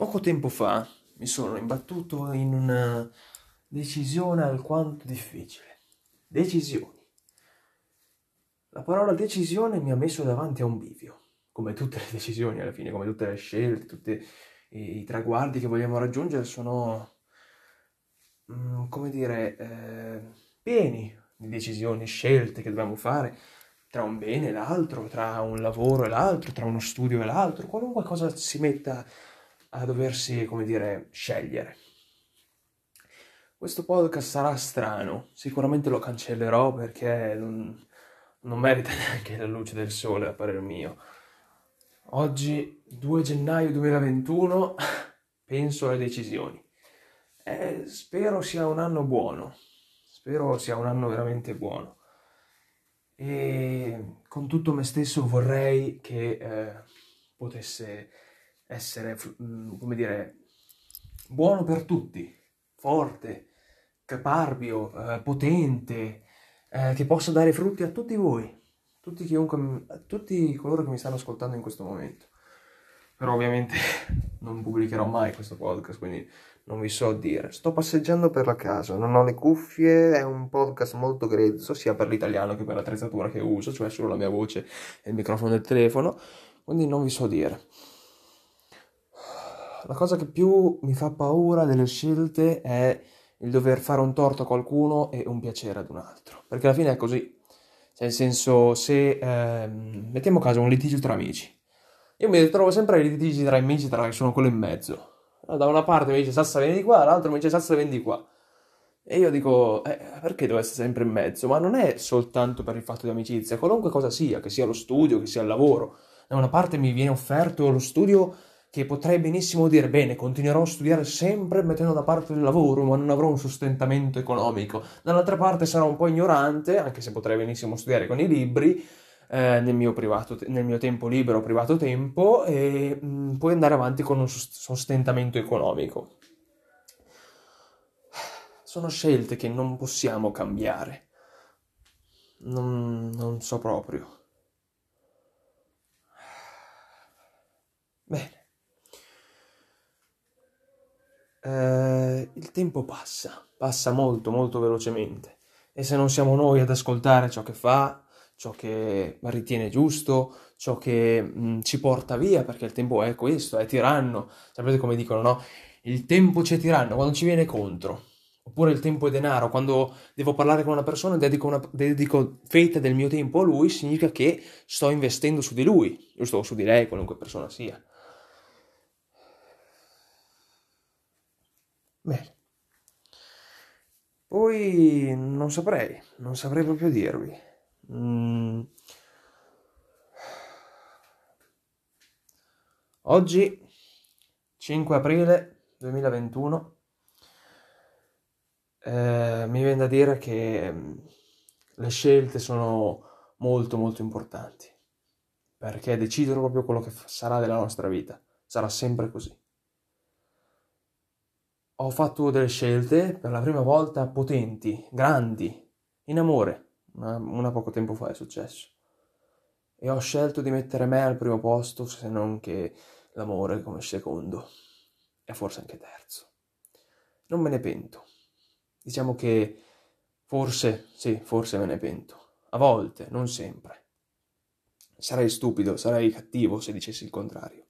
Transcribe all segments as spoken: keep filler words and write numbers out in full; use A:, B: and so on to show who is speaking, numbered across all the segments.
A: Poco tempo fa mi sono imbattuto in una decisione alquanto difficile. Decisioni. La parola decisione mi ha messo davanti a un bivio, come tutte le decisioni alla fine, come tutte le scelte, tutti i, i traguardi che vogliamo raggiungere sono, mm, come dire, eh, pieni di decisioni, scelte che dobbiamo fare tra un bene e l'altro, tra un lavoro e l'altro, tra uno studio e l'altro, qualunque cosa si metta a doversi, come dire, scegliere. Questo podcast sarà strano, sicuramente lo cancellerò perché non, non merita neanche la luce del sole, a parer mio. Oggi, due gennaio duemilaventuno, penso alle decisioni. Eh, spero sia un anno buono, spero sia un anno veramente buono. E con tutto me stesso vorrei che eh, potesse essere, mm, come dire, buono per tutti, forte, caparbio, eh, potente, eh, che possa dare frutti a tutti voi, tutti, chiunque, a tutti coloro che mi stanno ascoltando in questo momento. Però ovviamente non pubblicherò mai questo podcast, quindi non vi so dire. Sto passeggiando per la casa, non ho le cuffie, è un podcast molto grezzo, sia per l'italiano che per l'attrezzatura che uso, cioè solo la mia voce e il microfono del telefono, quindi non vi so dire. La cosa che più mi fa paura delle scelte è il dover fare un torto a qualcuno e un piacere ad un altro, perché alla fine è così. Cioè, nel senso, se ehm, mettiamo caso un litigio tra amici, io mi ritrovo sempre ai litigi tra amici, tra che sono quello in mezzo. Da una parte mi dice Sassa vieni di qua, l'altro mi dice Sassa vieni di qua. E io dico, eh, perché devo essere sempre in mezzo? Ma non è soltanto per il fatto di amicizia, qualunque cosa sia, che sia lo studio, che sia il lavoro. Da una parte mi viene offerto lo studio che potrei benissimo dire, bene, continuerò a studiare sempre mettendo da parte il lavoro, ma non avrò un sostentamento economico. Dall'altra parte sarò un po' ignorante, anche se potrei benissimo studiare con i libri, eh, nel mio privato, nel mio tempo libero, privato tempo, e mh, poi andare avanti con un sostentamento economico. Sono scelte che non possiamo cambiare. Non, non so proprio. Bene. Eh, il tempo passa, passa molto molto velocemente. E se non siamo noi ad ascoltare ciò che fa, ciò che ritiene giusto, ciò che mh, ci porta via, perché il tempo è questo, è tiranno. Sapete come dicono, no? Il tempo c'è tiranno quando ci viene contro. Oppure il tempo è denaro, quando devo parlare con una persona e dedico, una, dedico fetta del mio tempo a lui, significa che sto investendo su di lui, giusto? O su di lei, qualunque persona sia. Bene. Poi non saprei, non saprei proprio dirvi. Mm. Oggi, cinque aprile duemilaventuno, eh, mi viene da dire che mm, le scelte sono molto molto importanti, perché decidono proprio quello che f- sarà della nostra vita, sarà sempre così. Ho fatto delle scelte per la prima volta potenti, grandi, in amore, una, una poco tempo fa è successo. E ho scelto di mettere me al primo posto, se non che l'amore come secondo, e forse anche terzo. Non me ne pento. Diciamo che forse, sì, forse me ne pento. A volte, non sempre. Sarei stupido, sarei cattivo se dicessi il contrario.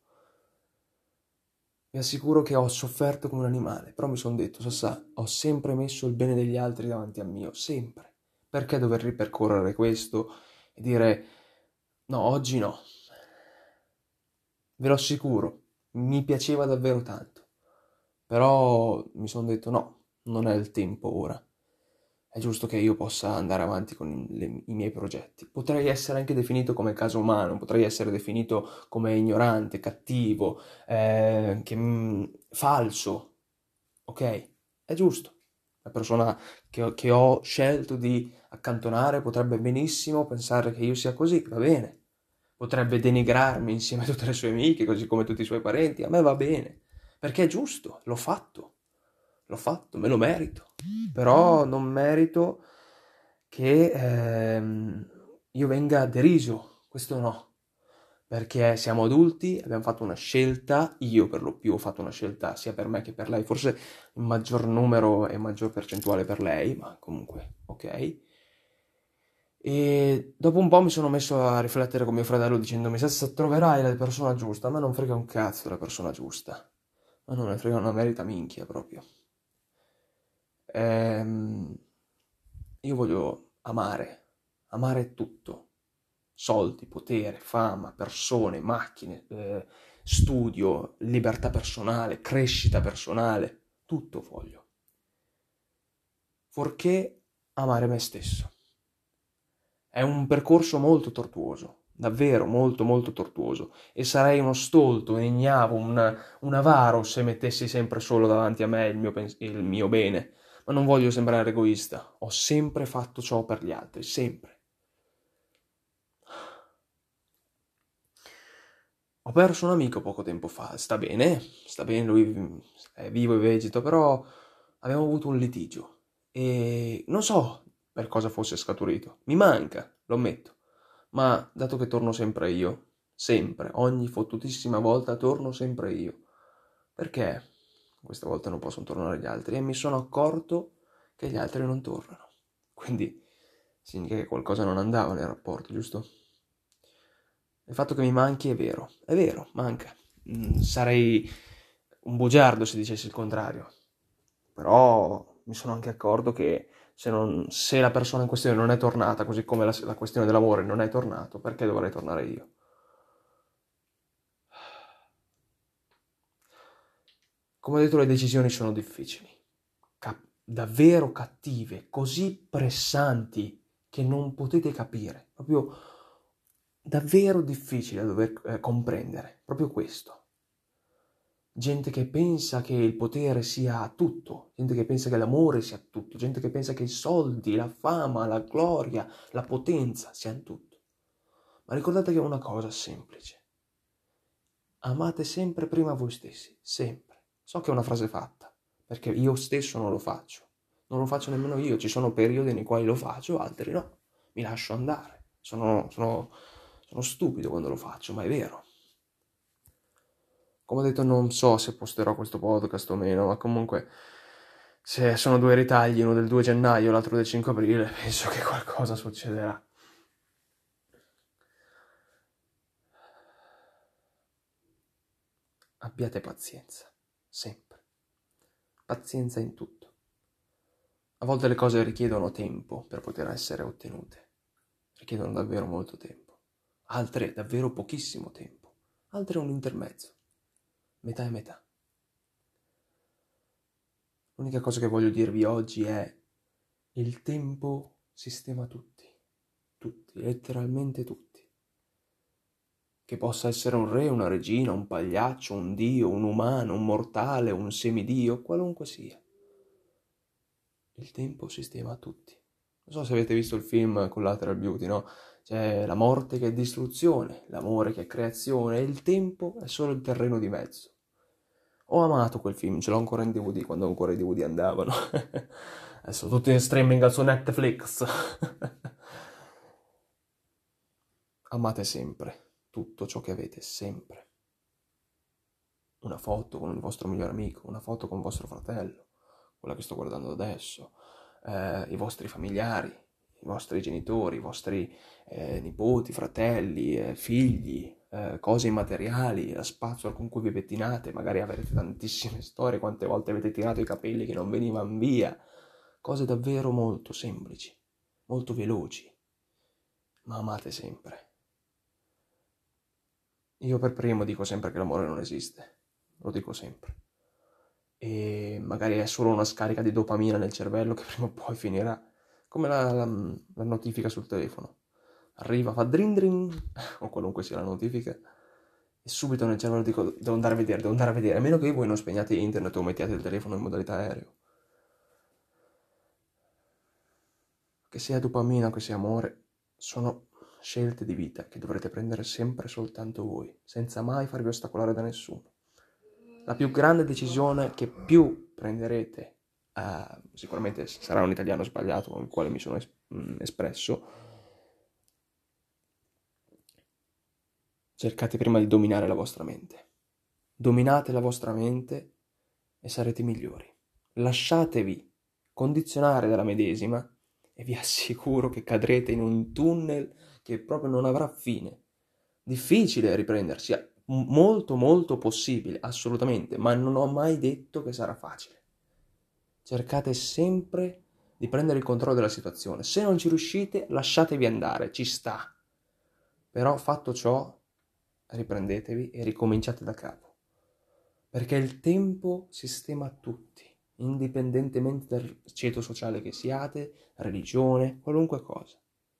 A: Vi assicuro che ho sofferto come un animale, però mi sono detto, Sassà, ho sempre messo il bene degli altri davanti al mio, sempre. Perché dover ripercorrere questo e dire, no, oggi no. Ve lo assicuro, mi piaceva davvero tanto. Però mi sono detto, no, non è il tempo ora. È giusto che io possa andare avanti con le- i miei progetti. Potrei essere anche definito come caso umano, potrei essere definito come ignorante, cattivo, eh, che, mm, falso, ok? È giusto. La persona che ho, che ho scelto di accantonare potrebbe benissimo pensare che io sia così, va bene. Potrebbe denigrarmi insieme a tutte le sue amiche, così come tutti i suoi parenti, a me va bene, perché è giusto, l'ho fatto, l'ho fatto, me lo merito. Però non merito che ehm, io venga deriso, questo no, perché siamo adulti, abbiamo fatto una scelta, io per lo più ho fatto una scelta sia per me che per lei, forse in maggior numero e maggior percentuale per lei, ma comunque, ok. E dopo un po' mi sono messo a riflettere con mio fratello dicendomi, se, se troverai la persona giusta, a me non frega un cazzo della persona giusta, ma non me ne frega una merita minchia proprio. Ehm, io voglio amare, amare tutto. Soldi, potere, fama, persone, macchine, eh, studio, libertà personale, crescita personale, tutto voglio. Fuorché amare me stesso. È un percorso molto tortuoso, davvero molto molto tortuoso, e sarei uno stolto, un ignavo, un, un avaro se mettessi sempre solo davanti a me il mio, pens- il mio bene. Ma non voglio sembrare egoista, ho sempre fatto ciò per gli altri, sempre. Ho perso un amico poco tempo fa, sta bene, sta bene, lui è vivo e vegeto, però abbiamo avuto un litigio e non so per cosa fosse scaturito. Mi manca, lo ammetto, ma dato che torno sempre io, sempre, ogni fottutissima volta torno sempre io, perché questa volta non possono tornare gli altri? E mi sono accorto che gli altri non tornano. Quindi significa che qualcosa non andava nel rapporto, giusto? Il fatto che mi manchi è vero, è vero, manca. Mm, sarei un bugiardo se dicessi il contrario. Però mi sono anche accorto che se, non- se la persona in questione non è tornata, così come la, la questione dell'amore non è tornato, perché dovrei tornare io? Come ho detto, le decisioni sono difficili, Ca- davvero cattive, così pressanti che non potete capire. Proprio davvero difficile da dover eh, comprendere, proprio questo. Gente che pensa che il potere sia tutto, gente che pensa che l'amore sia tutto, gente che pensa che i soldi, la fama, la gloria, la potenza siano tutto. Ma ricordate che è una cosa semplice. Amate sempre prima voi stessi, sempre. So che è una frase fatta, perché io stesso non lo faccio. Non lo faccio nemmeno io, ci sono periodi nei quali lo faccio, altri no. Mi lascio andare. Sono, sono, sono stupido quando lo faccio, ma è vero. Come ho detto, non so se posterò questo podcast o meno, ma comunque se sono due ritagli, uno del due gennaio e l'altro del cinque aprile, penso che qualcosa succederà. Abbiate pazienza, sempre. Pazienza in tutto. A volte le cose richiedono tempo per poter essere ottenute. Richiedono davvero molto tempo. Altre davvero pochissimo tempo. Altre un intermezzo. Metà e metà. L'unica cosa che voglio dirvi oggi è: il tempo sistema tutti. Tutti, letteralmente tutti. Che possa essere un re, una regina, un pagliaccio, un dio, un umano, un mortale, un semidio, qualunque sia. Il tempo sistema tutti. Non so se avete visto il film Collateral Beauty, no? C'è la morte che è distruzione, l'amore che è creazione, e il tempo è solo il terreno di mezzo. Ho amato quel film, ce l'ho ancora in D V D, quando ancora i D V D andavano. Adesso tutti in streaming su Netflix. Amate sempre tutto ciò che avete, sempre. Una foto con il vostro migliore amico, una foto con vostro fratello, quella che sto guardando adesso, eh, i vostri familiari, i vostri genitori, i vostri eh, nipoti, fratelli, eh, figli, eh, cose immateriali, la spazzola con cui vi pettinate, magari avrete tantissime storie, quante volte avete tirato i capelli che non venivano via, cose davvero molto semplici, molto veloci, ma amate sempre. Io per primo dico sempre che l'amore non esiste, lo dico sempre. E magari è solo una scarica di dopamina nel cervello che prima o poi finirà, come la, la- la notifica sul telefono. Arriva, fa drin drin, o qualunque sia la notifica, e subito nel cervello dico, devo andare a vedere, devo andare a vedere, a meno che voi non spegniate internet o mettiate il telefono in modalità aereo. Che sia dopamina, che sia amore, sono scelte di vita che dovrete prendere sempre soltanto voi, senza mai farvi ostacolare da nessuno. La più grande decisione che più prenderete, eh, sicuramente sarà un italiano sbagliato con il quale mi sono es- mh, espresso, cercate prima di dominare la vostra mente. Dominate la vostra mente e sarete migliori. Lasciatevi condizionare dalla medesima e vi assicuro che cadrete in un tunnel che proprio non avrà fine. Difficile riprendersi, molto molto possibile, assolutamente, ma non ho mai detto che sarà facile. Cercate sempre di prendere il controllo della situazione. Se non ci riuscite, lasciatevi andare, ci sta. Però fatto ciò, riprendetevi e ricominciate da capo. Perché il tempo sistema tutti, indipendentemente dal ceto sociale che siate, religione, qualunque cosa.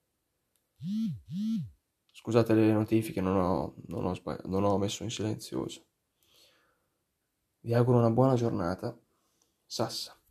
A: Scusate le notifiche, non ho, non ho, sbagli- non ho messo in silenzioso. Vi auguro una buona giornata. Sassa.